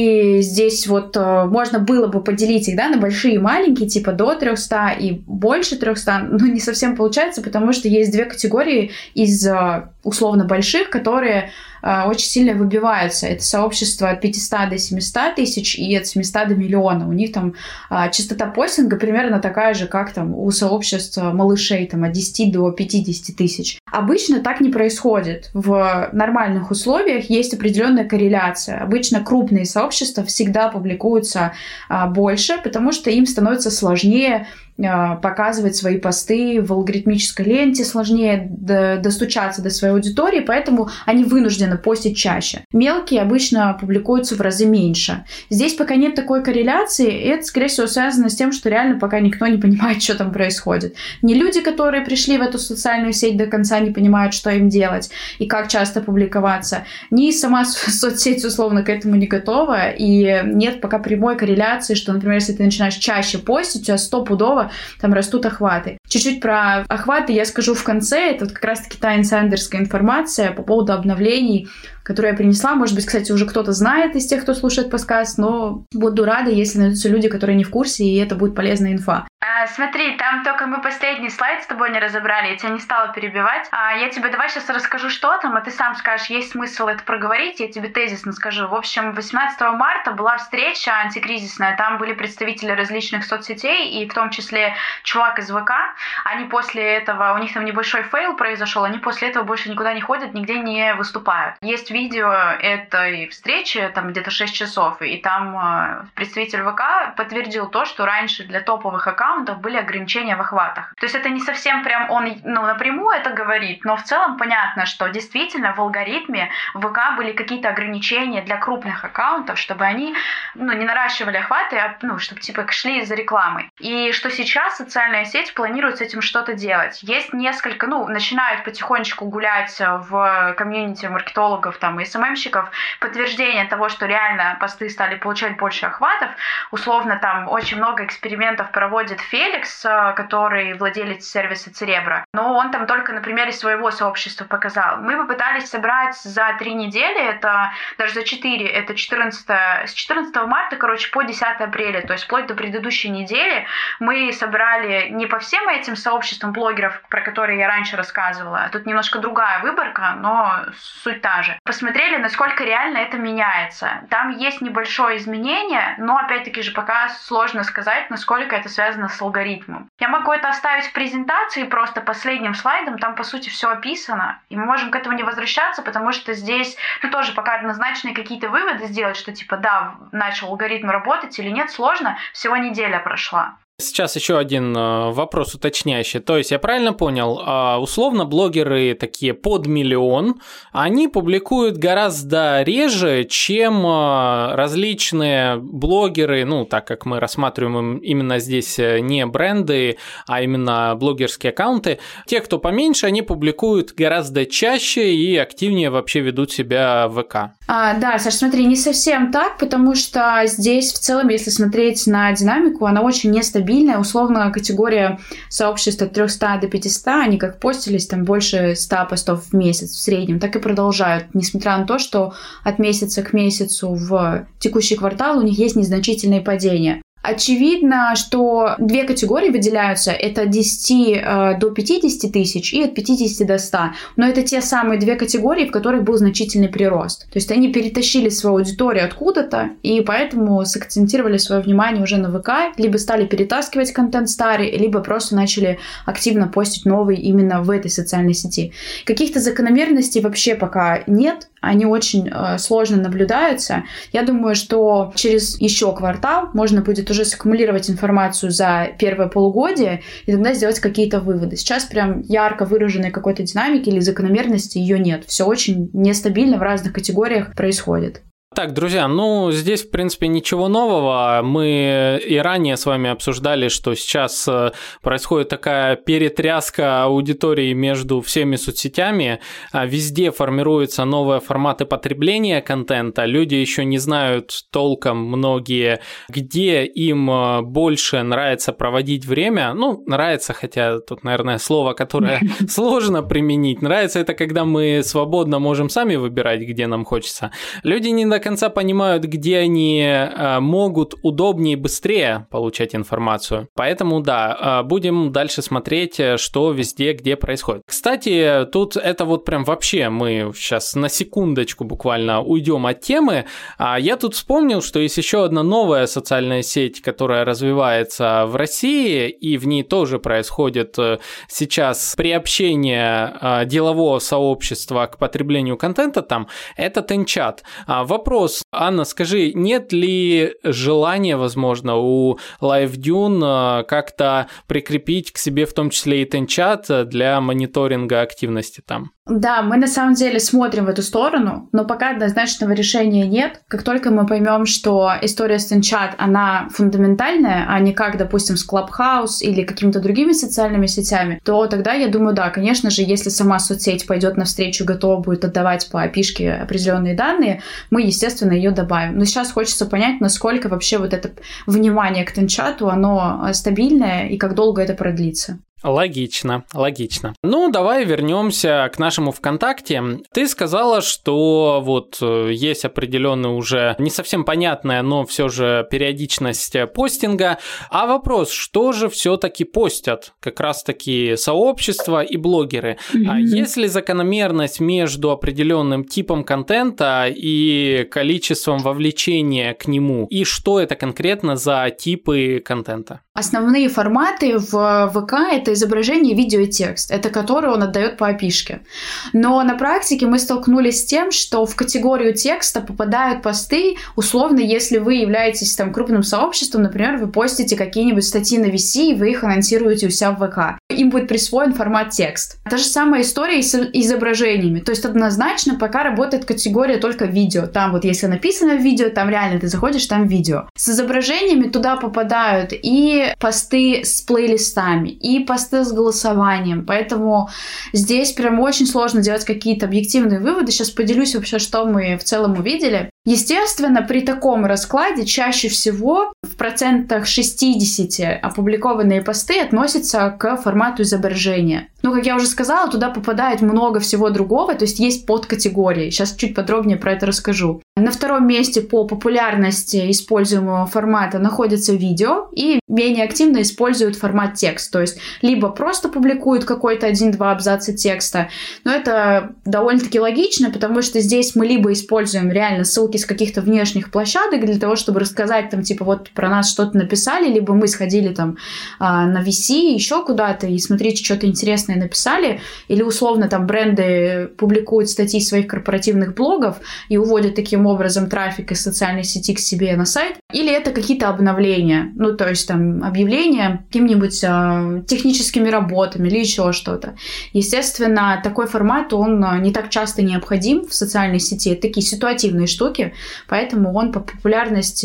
И здесь можно было бы поделить их на большие и маленькие, типа до 300 и больше 300, но не совсем получается, потому что есть две категории из условно больших, которые очень сильно выбиваются. Это сообщество от 500 до 700 тысяч и от 700 до миллиона. У них частота постинга примерно такая же, как у сообщества малышей от 10 до 50 тысяч. Обычно так не происходит. В нормальных условиях есть определенная корреляция. Обычно крупные сообщества всегда публикуются больше, потому что им становится сложнее показывать свои посты в алгоритмической ленте, сложнее достучаться до своей аудитории, поэтому они вынуждены постить чаще. Мелкие обычно публикуются в разы меньше. Здесь пока нет такой корреляции, и это, скорее всего, связано с тем, что реально пока никто не понимает, что там происходит. Не люди, которые пришли в эту социальную сеть до конца, не понимают, что им делать и как часто публиковаться, ни сама соцсеть, условно, к этому не готова, и нет пока прямой корреляции, что, например, если ты начинаешь чаще постить, у тебя стопудово растут охваты. Чуть-чуть про охваты я скажу в конце. Это как раз-таки та инсайдерская информация по поводу обновлений, которую я принесла. Может быть, кстати, уже кто-то знает из тех, кто слушает подкаст, но буду рада, если найдутся люди, которые не в курсе, и это будет полезная инфа. Смотри, там только мы последний слайд с тобой не разобрали, я тебя не стала перебивать. Я тебе давай сейчас расскажу, что там, а ты сам скажешь, есть смысл это проговорить, я тебе тезисно скажу. В общем, 18 марта была встреча антикризисная, там были представители различных соцсетей, и в том числе чувак из ВК. Они после этого, у них там небольшой фейл произошел, они после этого больше никуда не ходят, нигде не выступают. Есть видео этой встречи, там где-то 6 часов, и там представитель ВК подтвердил то, что раньше для топовых аккаунтов были ограничения в охватах. То есть это не совсем прям он напрямую это говорит, но в целом понятно, что действительно в алгоритме в ВК были какие-то ограничения для крупных аккаунтов, чтобы они не наращивали охваты, чтобы шли за рекламой. И что сейчас социальная сеть планирует с этим что-то делать. Есть несколько, начинают потихонечку гулять в комьюнити маркетологов, и СММщиков подтверждение того, что реально посты стали получать больше охватов. Условно, там очень много экспериментов проводит Феликс, который владелец сервиса Церебро. Но он там только на примере своего сообщества показал. Мы попытались собрать за 3 недели, это даже за 4, это с 14 марта, по 10 апреля, то есть вплоть до предыдущей недели, мы собрали не по всем этим сообществам блогеров, про которые я раньше рассказывала, тут немножко другая выборка, но суть та же. Посмотрели, насколько реально это меняется. Там есть небольшое изменение, но опять-таки же пока сложно сказать, насколько это связано с алгоритмом. Я могу это оставить в презентации просто последним слайдом, там по сути все описано, и мы можем к этому не возвращаться, потому что здесь тоже пока однозначные какие-то выводы сделать, что да, начал алгоритм работать или нет, сложно, всего неделя прошла. Сейчас еще один вопрос уточняющий. То есть я правильно понял, условно блогеры такие под миллион, они публикуют гораздо реже, чем различные блогеры, так как мы рассматриваем именно здесь не бренды, а именно блогерские аккаунты. Те, кто поменьше, они публикуют гораздо чаще и активнее вообще ведут себя в ВК. Да, Саш, смотри, не совсем так, потому что здесь в целом, если смотреть на динамику, она очень нестабильная. Условно, категория сообществ от 300 до 500, они как постились, там больше 100 постов в месяц в среднем, так и продолжают, несмотря на то, что от месяца к месяцу в текущий квартал у них есть незначительные падения. Очевидно, что две категории выделяются. Это от 10 до 50 тысяч и от 50 до 100. Но это те самые две категории, в которых был значительный прирост. То есть они перетащили свою аудиторию откуда-то, и поэтому сакцентировали свое внимание уже на ВК, либо стали перетаскивать контент старый, либо просто начали активно постить новый именно в этой социальной сети. Каких-то закономерностей вообще пока нет. Они очень сложно наблюдаются. Я думаю, что через еще квартал можно будет уже саккумулировать информацию за первое полугодие и тогда сделать какие-то выводы. Сейчас прям ярко выраженной какой-то динамики или закономерности ее нет. Все очень нестабильно в разных категориях происходит. Так, друзья, здесь, в принципе, ничего нового. Мы и ранее с вами обсуждали, что сейчас происходит такая перетряска аудитории между всеми соцсетями. Везде формируются новые форматы потребления контента. Люди еще не знают толком многие, где им больше нравится проводить время. Нравится, хотя тут, наверное, слово, которое сложно применить. Нравится это, когда мы свободно можем сами выбирать, где нам хочется. Люди не до конца понимают, где они могут удобнее и быстрее получать информацию. Поэтому, да, будем дальше смотреть, что везде, где происходит. Кстати, тут это вот прям вообще мы сейчас на секундочку буквально уйдем от темы. Я тут вспомнил, что есть еще одна новая социальная сеть, которая развивается в России, и в ней тоже происходит сейчас приобщение делового сообщества к потреблению контента там. Это Тенчат. Вопрос, Анна, скажи, нет ли желания, возможно, у LiveDune как-то прикрепить к себе в том числе и Тенчат для мониторинга активности там? Да, мы на самом деле смотрим в эту сторону, но пока однозначного решения нет. Как только мы поймем, что история с Тенчат, она фундаментальная, а не как, допустим, с Clubhouse или какими-то другими социальными сетями, то тогда, я думаю, да, конечно же, если сама соцсеть пойдет навстречу, готова будет отдавать по API-шке определенные данные, мы, естественно, ее добавим. Но сейчас хочется понять, насколько вообще вот это внимание к Тенчату, оно стабильное и как долго это продлится. Логично. Давай вернемся к нашему ВКонтакте. Ты сказала, что вот есть определенная уже не совсем понятная, но все же периодичность постинга. А вопрос, что же все-таки постят как раз-таки сообщества и блогеры? Есть ли закономерность между определенным типом контента и количеством вовлечения к нему? И что это конкретно за типы контента? Основные форматы в ВК — это изображение, видео и текст. Это который он отдает по API-шке. Но на практике мы столкнулись с тем, что в категорию текста попадают посты, условно, если вы являетесь там крупным сообществом, например, вы постите какие-нибудь статьи на VC, и вы их анонсируете у себя в ВК. Им будет присвоен формат текст. Та же самая история с изображениями. То есть однозначно пока работает категория только видео. Там вот если написано в видео, там реально ты заходишь, там видео. С изображениями туда попадают и посты с плейлистами, и посты с голосованием. Поэтому здесь прям очень сложно делать какие-то объективные выводы. Сейчас поделюсь вообще, что мы в целом увидели. Естественно, при таком раскладе чаще всего в процентах 60 опубликованные посты относятся к формату изображения. Но, как я уже сказала, туда попадает много всего другого, то есть есть подкатегории. Сейчас чуть подробнее про это расскажу. На втором месте по популярности используемого формата находится видео, и менее активно используют формат текст. То есть либо просто публикуют какой-то 1-2 абзаца текста, но это довольно-таки логично, потому что здесь мы либо используем реально ссылки с каких-то внешних площадок для того, чтобы рассказать там, типа, вот про нас что-то написали, либо мы сходили там на VC, еще куда-то, и смотрите, что-то интересное написали, или условно там бренды публикуют статьи своих корпоративных блогов и уводят таким образом трафик из социальной сети к себе на сайт, или это какие-то обновления, то есть там объявления какими-нибудь техническими работами или еще что-то. Естественно, такой формат, он не так часто необходим в социальной сети, это такие ситуативные штуки, поэтому он по популярности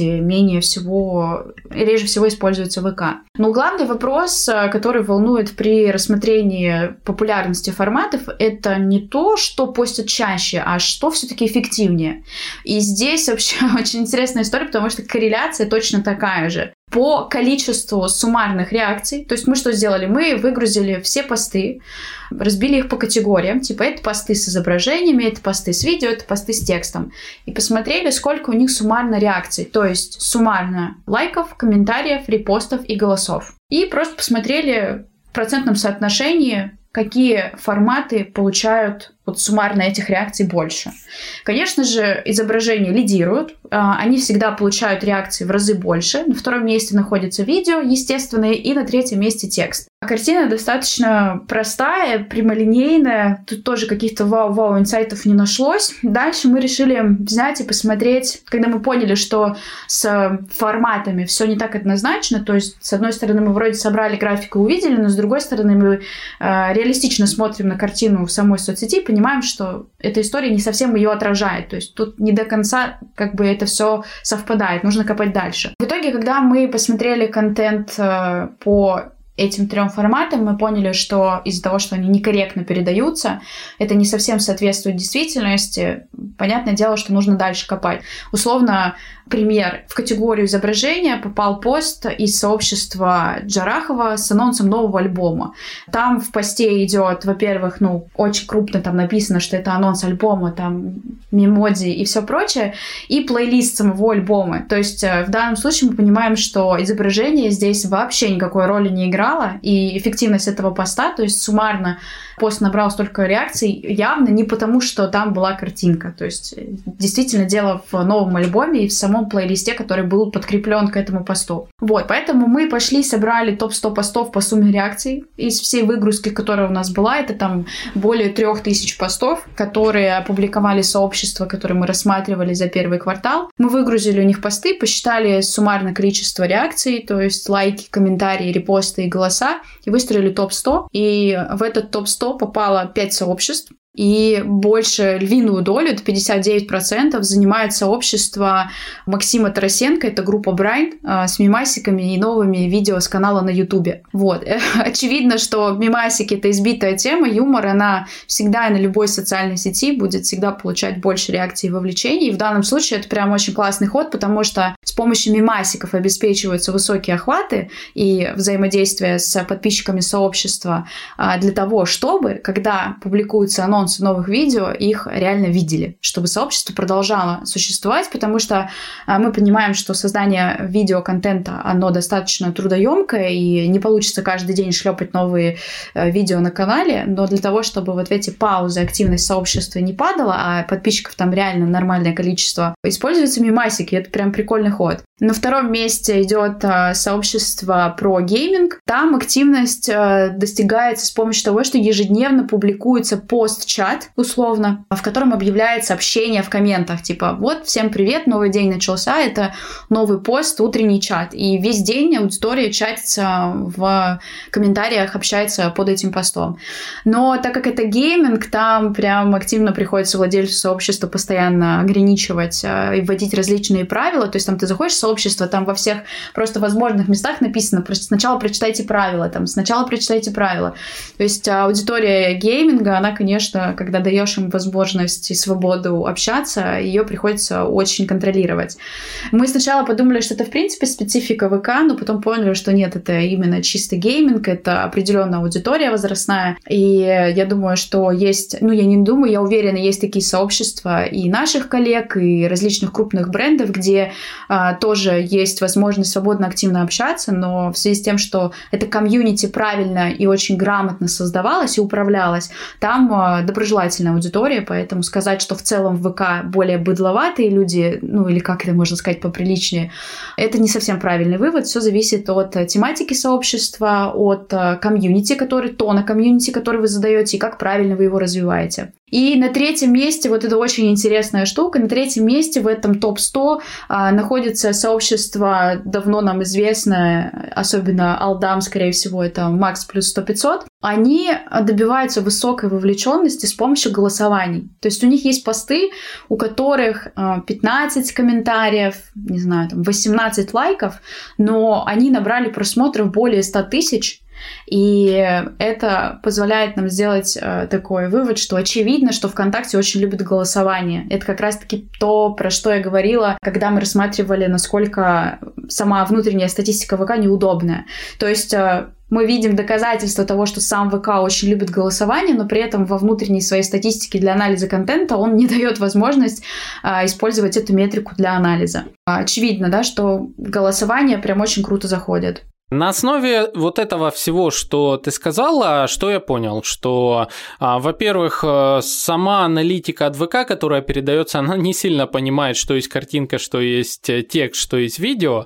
реже всего используется в ВК. Но главный вопрос, который волнует при рассмотрении популярности форматов, это не то, что постят чаще, а что все-таки эффективнее. И здесь вообще очень интересная история, потому что корреляция точно такая же. по количеству суммарных реакций. То есть мы что сделали? Мы выгрузили все посты, разбили их по категориям. Типа это посты с изображениями, это посты с видео, это посты с текстом. И посмотрели, сколько у них суммарно реакций. То есть суммарно лайков, комментариев, репостов и голосов. И просто посмотрели в процентном соотношении, какие форматы получают вот суммарно этих реакций больше. Конечно же, изображения лидируют, они всегда получают реакции в разы больше. На втором месте находится видео, естественное, и на третьем месте текст. А картина достаточно простая, прямолинейная, тут тоже каких-то вау-вау инсайтов не нашлось. Дальше мы решили взять и посмотреть, когда мы поняли, что с форматами все не так однозначно, то есть, с одной стороны, мы вроде собрали графику и увидели, но с другой стороны, мы реалистично смотрим на картину в самой соцсети, понимаем, что эта история не совсем ее отражает. То есть тут не до конца как бы это все совпадает, нужно копать дальше. В итоге, когда мы посмотрели контент по этим 3 форматам, мы поняли, что из-за того, что они некорректно передаются, это не совсем соответствует действительности. Понятное дело, что нужно дальше копать. Условно, пример. В категорию изображения попал пост из сообщества Джарахова с анонсом нового альбома. Там в посте идет, во-первых, очень крупно там написано, что это анонс альбома, там мемодзи и все прочее, и плейлист самого альбома. То есть в данном случае мы понимаем, что изображение здесь вообще никакой роли не играло, и эффективность этого поста, то есть суммарно пост набрал столько реакций, явно не потому, что там была картинка. То есть действительно дело в новом альбоме и в самом плейлисте, который был подкреплен к этому посту. Вот, поэтому мы пошли, собрали топ-100 постов по сумме реакций из всей выгрузки, которая у нас была. Это там более 3000 постов, которые опубликовали сообщества, которые мы рассматривали за первый квартал. Мы выгрузили у них посты, посчитали суммарное количество реакций, то есть лайки, комментарии, репосты и голоса, и выстроили топ-100. И в этот топ-100 попало 5 сообществ. И больше, львиную долю, это 59%, занимает сообщество Максима Тарасенко, это группа Брайн, с мемасиками и новыми видео с канала на Ютубе. Вот. Очевидно, что мемасики — это избитая тема, юмор, она всегда и на любой социальной сети будет всегда получать больше реакций и вовлечений. И в данном случае это прям очень классный ход, потому что с помощью мемасиков обеспечиваются высокие охваты и взаимодействие с подписчиками сообщества для того, чтобы, когда публикуется анонс новых видео, их реально видели, чтобы сообщество продолжало существовать, потому что мы понимаем, что создание видеоконтента, оно достаточно трудоемкое, и не получится каждый день шлепать новые видео на канале, но для того, чтобы вот в эти паузы активность сообщества не падала, а подписчиков там реально нормальное количество, используются мемасики, это прям прикольный ход. На втором месте идет сообщество про гейминг. Там активность достигается с помощью того, что ежедневно публикуется пост-чат, условно, в котором объявляется общение в комментах. Типа, вот, всем привет, новый день начался, это новый пост, утренний чат. И весь день аудитория чатится в комментариях, общается под этим постом. Но так как это гейминг, там прям активно приходится владельцу сообщества постоянно ограничивать и вводить различные правила. То есть там ты заходишь в сообщество, там во всех просто возможных местах написано, просто сначала прочитайте правила, То есть аудитория гейминга, она, конечно, когда даешь им возможность и свободу общаться, ее приходится очень контролировать. Мы сначала подумали, что это, в принципе, специфика ВК, но потом поняли, что нет, это именно чисто гейминг, это определенная аудитория возрастная. И я думаю, что есть, я уверена, есть такие сообщества и наших коллег, и различных крупных брендов, где тоже есть возможность свободно, активно общаться, но в связи с тем, что это комьюнити правильно и очень грамотно создавалось и управлялось, там доброжелательная аудитория, поэтому сказать, что в целом в ВК более быдловатые люди, или как это можно сказать поприличнее, это не совсем правильный вывод. Все зависит от тематики сообщества, от тона комьюнити, который вы задаете, и как правильно вы его развиваете. И на третьем месте, вот это очень интересная штука, на третьем месте в этом топ-100 находится сообщество, давно нам известное, особенно Алдам, скорее всего, это Макс плюс 100-500. Они добиваются высокой вовлеченности с помощью голосований. То есть у них есть посты, у которых 15 комментариев, 18 лайков, но они набрали просмотров более 100 тысяч. И это позволяет нам сделать такой вывод, что очевидно, что ВКонтакте очень любят голосование. Это как раз-таки то, про что я говорила, когда мы рассматривали, насколько сама внутренняя статистика ВК неудобная. То есть мы видим доказательства того, что сам ВК очень любит голосование, но при этом во внутренней своей статистике для анализа контента он не дает возможность использовать эту метрику для анализа. Очевидно, да, что голосование прям очень круто заходит. На основе вот этого всего, что ты сказала, что я понял, что, во-первых, сама аналитика от ВК, которая передается, она не сильно понимает, что есть картинка, что есть текст, что есть видео,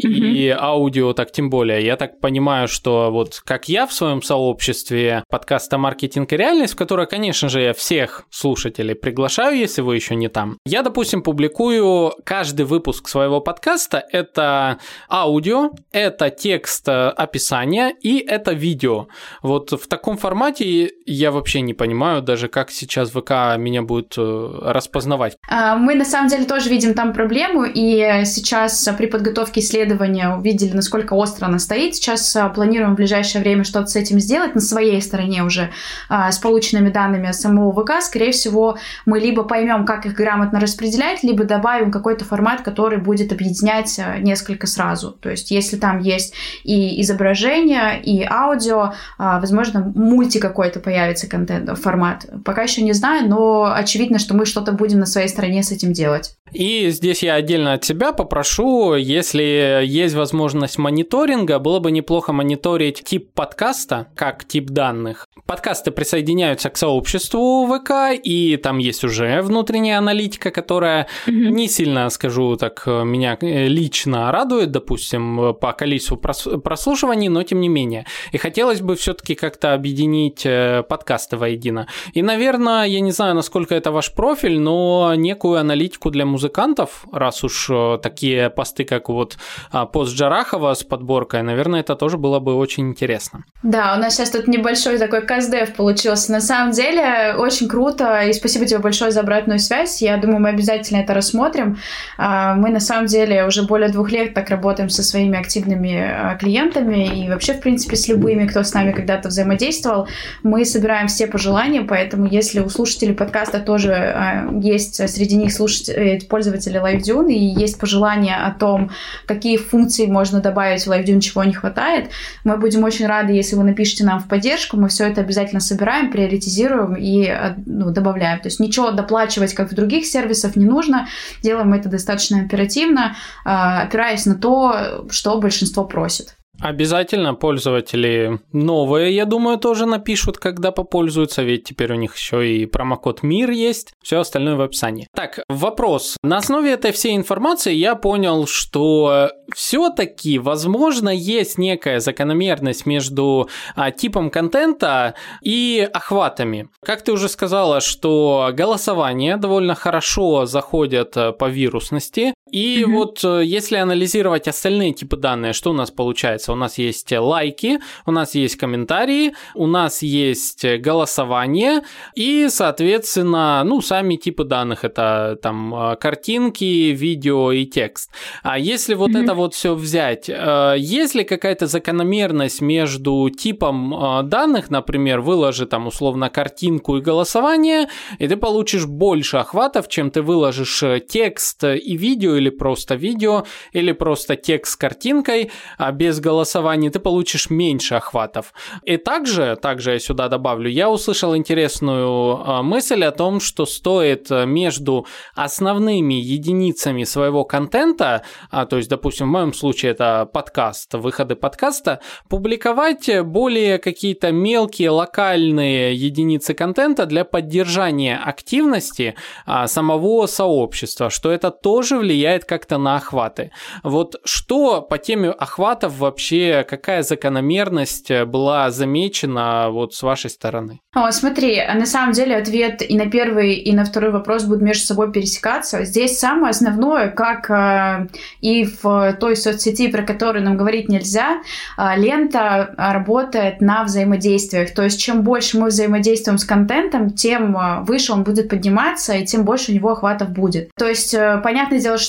и аудио так тем более. Я так понимаю, что вот как я в своем сообществе подкаста «Маркетинг и реальность», в которое, конечно же, я всех слушателей приглашаю, если вы еще не там, я, допустим, публикую каждый выпуск своего подкаста, это аудио, это текст, описание и это видео. Вот в таком формате я вообще не понимаю даже, как сейчас ВК меня будет распознавать. Мы на самом деле тоже видим там проблему, и сейчас при подготовке исследования увидели, насколько остро она стоит. Сейчас планируем в ближайшее время что-то с этим сделать на своей стороне уже с полученными данными самого ВК. Скорее всего, мы либо поймем, как их грамотно распределять, либо добавим какой-то формат, который будет объединять несколько сразу. То есть, если там есть и изображение, и аудио, возможно, мульти какой-то появится формат. Пока еще не знаю, но очевидно, что мы что-то будем на своей стороне с этим делать. И здесь я отдельно от себя попрошу, если есть возможность мониторинга, было бы неплохо мониторить тип подкаста, как тип данных. Подкасты присоединяются к сообществу ВК, и там есть уже внутренняя аналитика, которая не сильно, скажу так, меня лично радует, допустим, по количеству прослушиваний, но тем не менее. И хотелось бы все-таки как-то объединить подкасты воедино. И, наверное, я не знаю, насколько это ваш профиль, но некую аналитику для музыкантов, раз уж такие посты, как вот пост Джарахова с подборкой, наверное, это тоже было бы очень интересно. Да, у нас сейчас тут небольшой такой каздев получился. На самом деле, очень круто, и спасибо тебе большое за обратную связь. Я думаю, мы обязательно это рассмотрим. Мы, на самом деле, уже более 2 лет так работаем со своими активными клиентами и вообще, в принципе, с любыми, кто с нами когда-то взаимодействовал. Мы собираем все пожелания, поэтому если у слушателей подкаста тоже есть среди них пользователи LiveDune и есть пожелания о том, какие функции можно добавить в LiveDune, чего не хватает, мы будем очень рады, если вы напишите нам в поддержку, мы все это обязательно собираем, приоритизируем и добавляем. То есть ничего доплачивать, как в других сервисах, не нужно. Делаем это достаточно оперативно, опираясь на то, что большинство просит. Обязательно пользователи новые, я думаю, тоже напишут, когда попользуются, ведь теперь у них еще и промокод МИР есть, все остальное в описании. Так, вопрос. На основе этой всей информации я понял, что все-таки, возможно, есть некая закономерность между типом контента и охватами. Как ты уже сказала, что голосование довольно хорошо заходят по вирусности, и вот если анализировать остальные типы данных, что у нас получается? У нас есть лайки, у нас есть комментарии, у нас есть голосование и, соответственно, сами типы данных. Это там картинки, видео и текст. А если вот это вот все взять, есть ли какая-то закономерность между типом данных, например, выложи там условно картинку и голосование, и ты получишь больше охватов, чем ты выложишь текст и видео, или просто видео, или просто текст с картинкой, а без голосования ты получишь меньше охватов. И также я сюда добавлю, я услышал интересную мысль о том, что стоит между основными единицами своего контента, то есть, допустим, в моем случае это подкаст, выходы подкаста, публиковать более какие-то мелкие локальные единицы контента для поддержания активности самого сообщества, что это тоже влияет как-то на охваты. Вот что по теме охватов вообще, какая закономерность была замечена вот с вашей стороны? Смотри, на самом деле ответ и на первый, и на второй вопрос будут между собой пересекаться. Здесь самое основное, как и в той соцсети, про которую нам говорить нельзя, лента работает на взаимодействиях. То есть чем больше мы взаимодействуем с контентом, тем выше он будет подниматься, и тем больше у него охватов будет. То есть понятное дело, что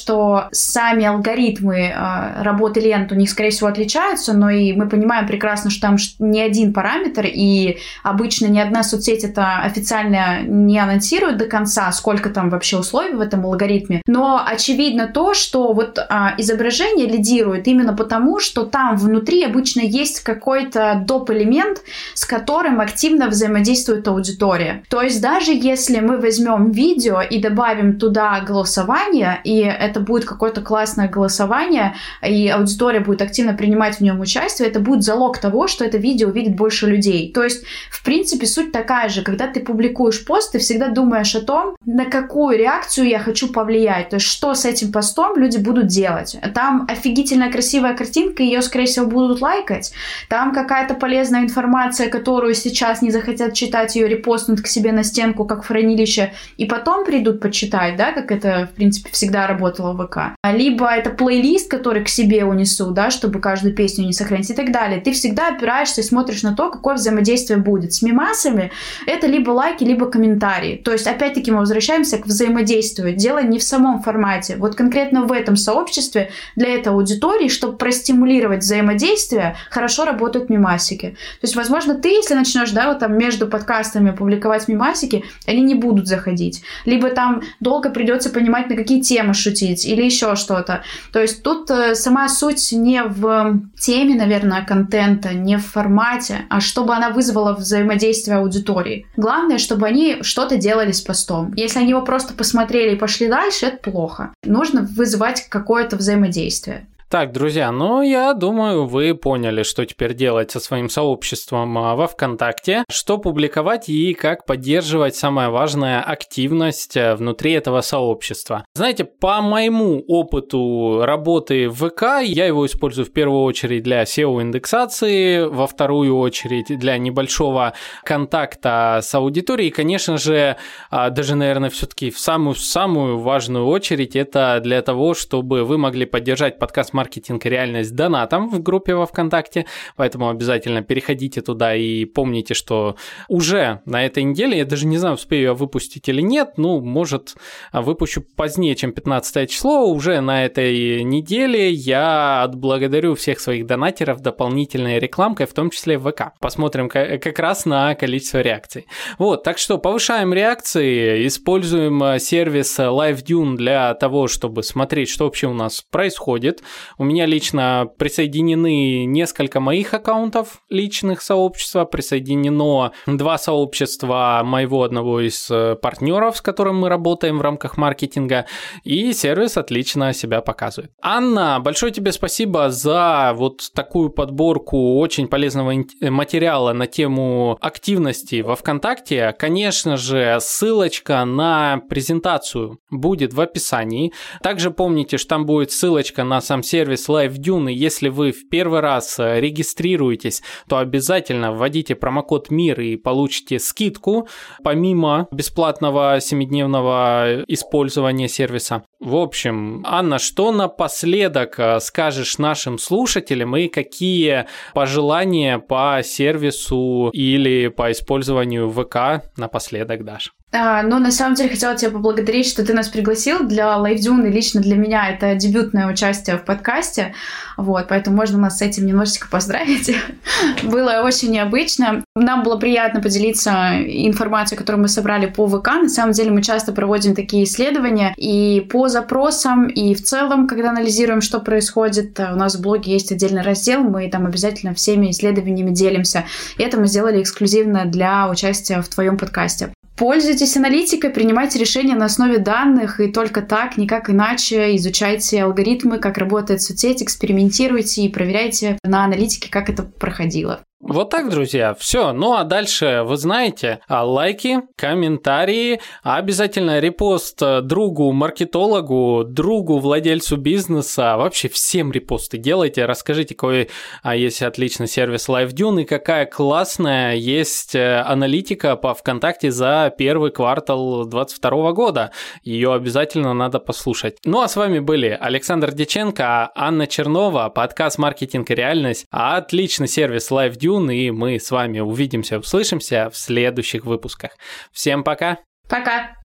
что сами алгоритмы работы лент у них, скорее всего, отличаются, но и мы понимаем прекрасно, что там не один параметр, и обычно ни одна соцсеть это официально не анонсирует до конца, сколько там вообще условий в этом алгоритме. Но очевидно то, что вот изображение лидирует именно потому, что там внутри обычно есть какой-то доп. Элемент, с которым активно взаимодействует аудитория. То есть даже если мы возьмем видео и добавим туда голосование, и это будет какое-то классное голосование, и аудитория будет активно принимать в нем участие, это будет залог того, что это видео увидит больше людей. То есть, в принципе, суть такая же. Когда ты публикуешь пост, ты всегда думаешь о том, на какую реакцию я хочу повлиять. То есть, что с этим постом люди будут делать. Там офигительная красивая картинка, ее, скорее всего, будут лайкать. Там какая-то полезная информация, которую сейчас не захотят читать, ее репостнут к себе на стенку, как в хранилище, и потом придут почитать, да, как это, в принципе, всегда работало в ВК. Либо это плейлист, который к себе унесу, да, чтобы каждую песню не сохранить и так далее. Ты всегда опираешься и смотришь на то, какое взаимодействие будет. С мемасами это либо лайки, либо комментарии. То есть, опять-таки, мы возвращаемся к взаимодействию. Дело не в самом формате. Вот конкретно в этом сообществе для этой аудитории, чтобы простимулировать взаимодействие, хорошо работают мемасики. То есть, возможно, ты, если начнешь, да, вот там между подкастами публиковать мемасики, они не будут заходить. Либо там долго придется понимать, на какие темы шутить, или еще что-то. То есть, тут сама суть не в теме, наверное, контента, не в формате, а чтобы она вызвала взаимодействие аудитории. Главное, чтобы они что-то делали с постом. Если они его просто посмотрели и пошли дальше, это плохо. Нужно вызывать какое-то взаимодействие. Так, друзья, ну, я думаю, вы поняли, что теперь делать со своим сообществом во ВКонтакте, что публиковать и как поддерживать, самое важное, активность внутри этого сообщества. Знаете, по моему опыту работы в ВК, я его использую в первую очередь для SEO-индексации, во вторую очередь для небольшого контакта с аудиторией, и, конечно же, даже, наверное, все-таки в самую важную очередь, это для того, чтобы вы могли поддержать подкаст «Маркетинг и реальность» донатом в группе во ВКонтакте, поэтому обязательно переходите туда и помните, что уже на этой неделе, я даже не знаю, успею я выпустить или нет, ну, может, выпущу позднее, чем 15 число, уже на этой неделе я отблагодарю всех своих донатеров дополнительной рекламкой, в том числе в ВК. Посмотрим как раз на количество реакций. Вот, так что повышаем реакции, используем сервис LiveDune для того, чтобы смотреть, что вообще у нас происходит. У меня лично присоединены несколько моих аккаунтов личных сообщества, присоединено 2 сообщества моего одного из партнеров, с которым мы работаем в рамках маркетинга, и сервис отлично себя показывает. Анна, большое тебе спасибо за вот такую подборку очень полезного материала на тему активности во ВКонтакте. Конечно же, ссылочка на презентацию будет в описании. Также помните, что там будет ссылочка на сам сервис LiveDune. Если вы в первый раз регистрируетесь, то обязательно вводите промокод МИР и получите скидку, помимо бесплатного 7-дневного использования сервиса. В общем, Анна, что напоследок скажешь нашим слушателям и какие пожелания по сервису или по использованию ВК напоследок дашь? Ну, на самом деле, хотела тебя поблагодарить, что ты нас пригласил. Для LiveDune и лично для меня это дебютное участие в подкасте. Вот, поэтому можно нас с этим немножечко поздравить. Было очень необычно. Нам было приятно поделиться информацией, которую мы собрали по ВК. На самом деле, мы часто проводим такие исследования и по запросам, и в целом, когда анализируем, что происходит. У нас в блоге есть отдельный раздел, мы там обязательно всеми исследованиями делимся. И это мы сделали эксклюзивно для участия в твоем подкасте. Пользуйтесь аналитикой, принимайте решения на основе данных, и только так, никак иначе. Изучайте алгоритмы, как работает соцсеть, экспериментируйте и проверяйте на аналитике, как это проходило. Вот так, друзья, все. Ну а дальше, вы знаете, лайки, комментарии, обязательно репост другу, маркетологу, другу, владельцу бизнеса, вообще всем репосты делайте, расскажите, какой есть отличный сервис LiveDune и какая классная есть аналитика по ВКонтакте за первый квартал 2022 года. Ее обязательно надо послушать. Ну а с вами были Александр Дьяченко, Анна Чернова, подкаст «Маркетинг и реальность», отличный сервис LiveDune, и мы с вами увидимся, услышимся в следующих выпусках. Всем пока! Пока!